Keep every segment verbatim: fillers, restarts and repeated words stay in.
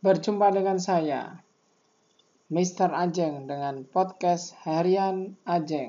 Berjumpa dengan saya, Mister Ajeng, dengan podcast Harian Ajeng.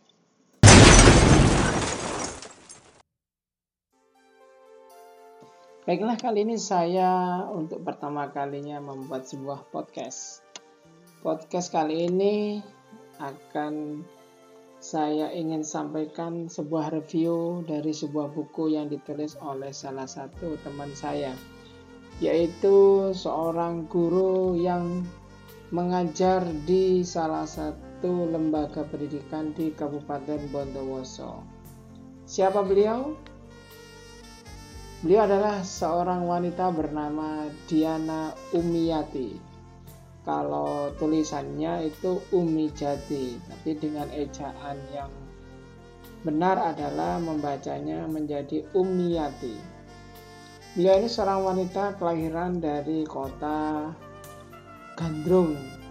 Baiklah, kali ini saya untuk pertama kalinya membuat sebuah podcast. Podcast kali ini akan saya ingin sampaikan sebuah review dari sebuah buku yang ditulis oleh salah satu teman saya, yaitu seorang guru yang mengajar di salah satu lembaga pendidikan di Kabupaten Bondowoso. Siapa beliau? Beliau adalah seorang wanita bernama Diana Umiyati. Kalau tulisannya itu Umijati, tapi dengan ejaan yang benar adalah membacanya menjadi Umiyati. Beliau ini seorang wanita kelahiran dari kota Gandrung,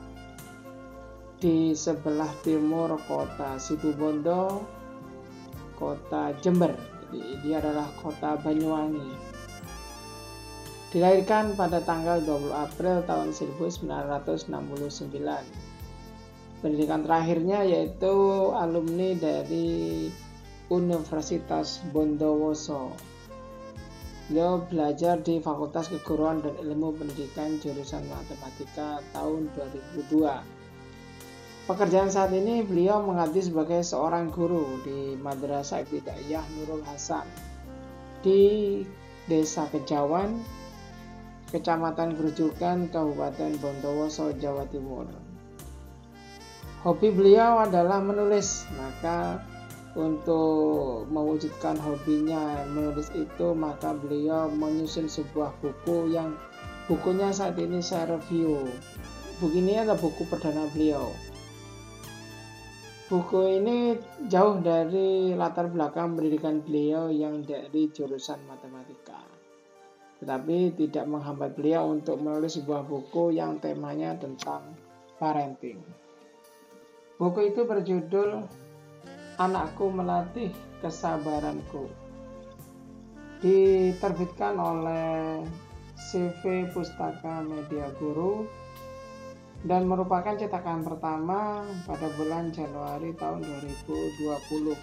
di sebelah timur kota Situbondo, kota Jember. Jadi dia adalah kota Banyuwangi. Dilahirkan pada tanggal dua puluh April tahun seribu sembilan ratus enam puluh sembilan. Pendidikan terakhirnya yaitu alumni dari Universitas Bondowoso. Beliau belajar di Fakultas Keguruan dan Ilmu Pendidikan jurusan Matematika tahun dua ribu dua. Pekerjaan saat ini beliau mengabdi sebagai seorang guru di Madrasah Ibtidaiyah Nurul Hasan di Desa Kejawan, Kecamatan Grujugan, Kabupaten Bondowoso, Jawa Timur. Hobi beliau adalah menulis, maka untuk mewujudkan hobinya menulis itu, maka beliau menyusun sebuah buku yang bukunya saat ini saya review. Buku ini adalah buku perdana beliau. Buku ini jauh dari latar belakang pendidikan beliau yang dari jurusan matematika, tetapi tidak menghambat beliau untuk menulis sebuah buku yang temanya tentang parenting. Buku itu berjudul Anakku Melatih Kesabaranku. Diterbitkan oleh C V Pustaka Media Guru dan merupakan cetakan pertama pada bulan Januari tahun dua ribu dua puluh.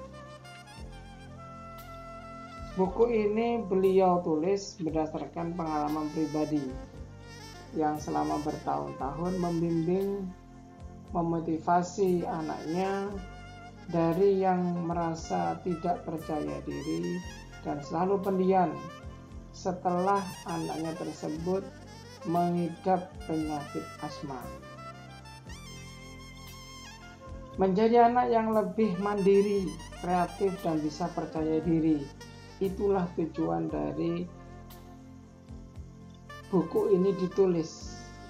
Buku ini beliau tulis berdasarkan pengalaman pribadi yang selama bertahun-tahun membimbing, memotivasi anaknya dari yang merasa tidak percaya diri dan selalu pendiam setelah anaknya tersebut mengidap penyakit asma. Menjadi anak yang lebih mandiri, kreatif, dan bisa percaya diri, itulah tujuan dari buku ini ditulis.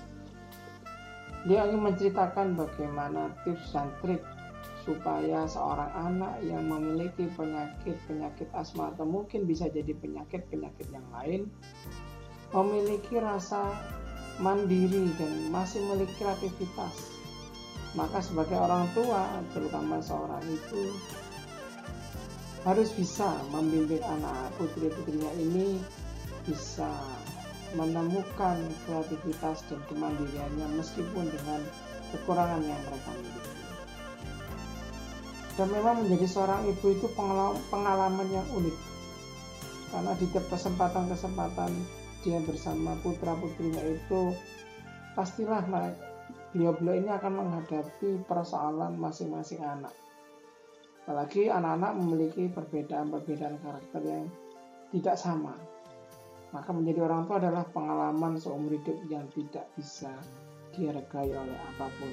Dia ingin menceritakan bagaimana tips dan trik supaya seorang anak yang memiliki penyakit-penyakit asma atau mungkin bisa jadi penyakit-penyakit yang lain memiliki rasa mandiri dan masih memiliki kreativitas. Maka sebagai orang tua, terutama seorang ibu, harus bisa membimbing anak putri-putrinya ini bisa menemukan kreativitas dan kemandiriannya meskipun dengan kekurangan yang mereka miliki. Dan memang menjadi seorang ibu itu pengalaman yang unik, karena di tiap kesempatan-kesempatan dia bersama putra-putrinya itu pastilah beliau-beliau ini akan menghadapi persoalan masing-masing anak. Apalagi anak-anak memiliki perbedaan-perbedaan karakter yang tidak sama. Maka menjadi orang tua adalah pengalaman seumur hidup yang tidak bisa dihargai oleh apapun.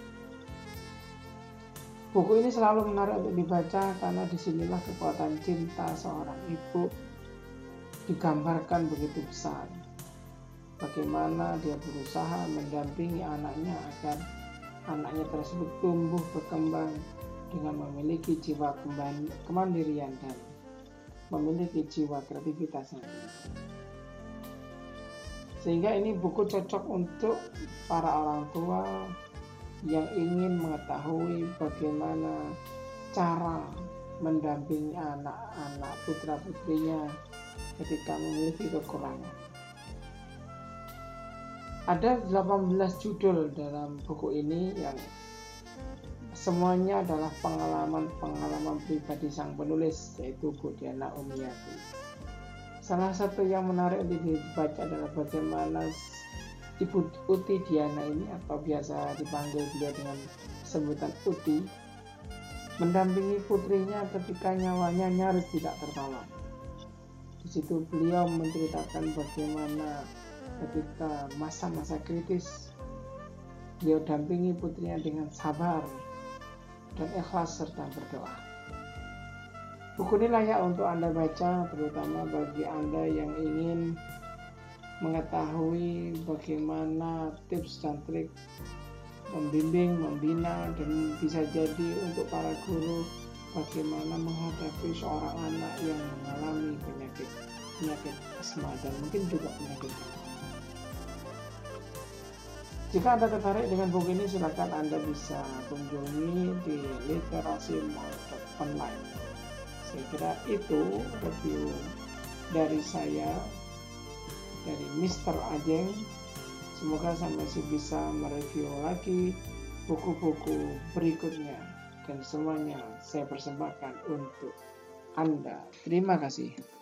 Buku ini selalu menarik untuk dibaca karena disinilah kekuatan cinta seorang ibu digambarkan begitu besar. Bagaimana dia berusaha mendampingi anaknya agar anaknya tersebut tumbuh berkembang dengan memiliki jiwa kemandirian dan memiliki jiwa kreativitas yang tinggi. Sehingga ini buku cocok untuk para orang tua yang ingin mengetahui bagaimana cara mendampingi anak-anak putra-putrinya ketika memiliki kekurangan. Ada delapan belas judul dalam buku ini yang semuanya adalah pengalaman-pengalaman pribadi sang penulis, yaitu Bu Diana Ummiati. Salah satu yang menarik untuk dibaca adalah bagaimana Ibu Uti Diana ini, atau biasa dipanggil beliau dengan sebutan Uti, mendampingi putrinya ketika nyawanya nyaris tidak tertolong. Di situ beliau menceritakan bagaimana ketika masa-masa kritis beliau dampingi putrinya dengan sabar dan ikhlas serta berdoa. Buku ini layak untuk Anda baca, terutama bagi Anda yang ingin mengetahui bagaimana tips dan trik membimbing, membina, dan bisa jadi untuk para guru bagaimana menghadapi seorang anak yang mengalami penyakit penyakit asma dan mungkin juga penyakit. Jika Anda tertarik dengan buku ini, silakan Anda bisa kunjungi di literasi mall dot online. Saya kira itu review dari saya, dari mister Ajeng. Semoga saya masih bisa mereview lagi buku-buku berikutnya, dan semuanya saya persembahkan untuk Anda. Terima kasih.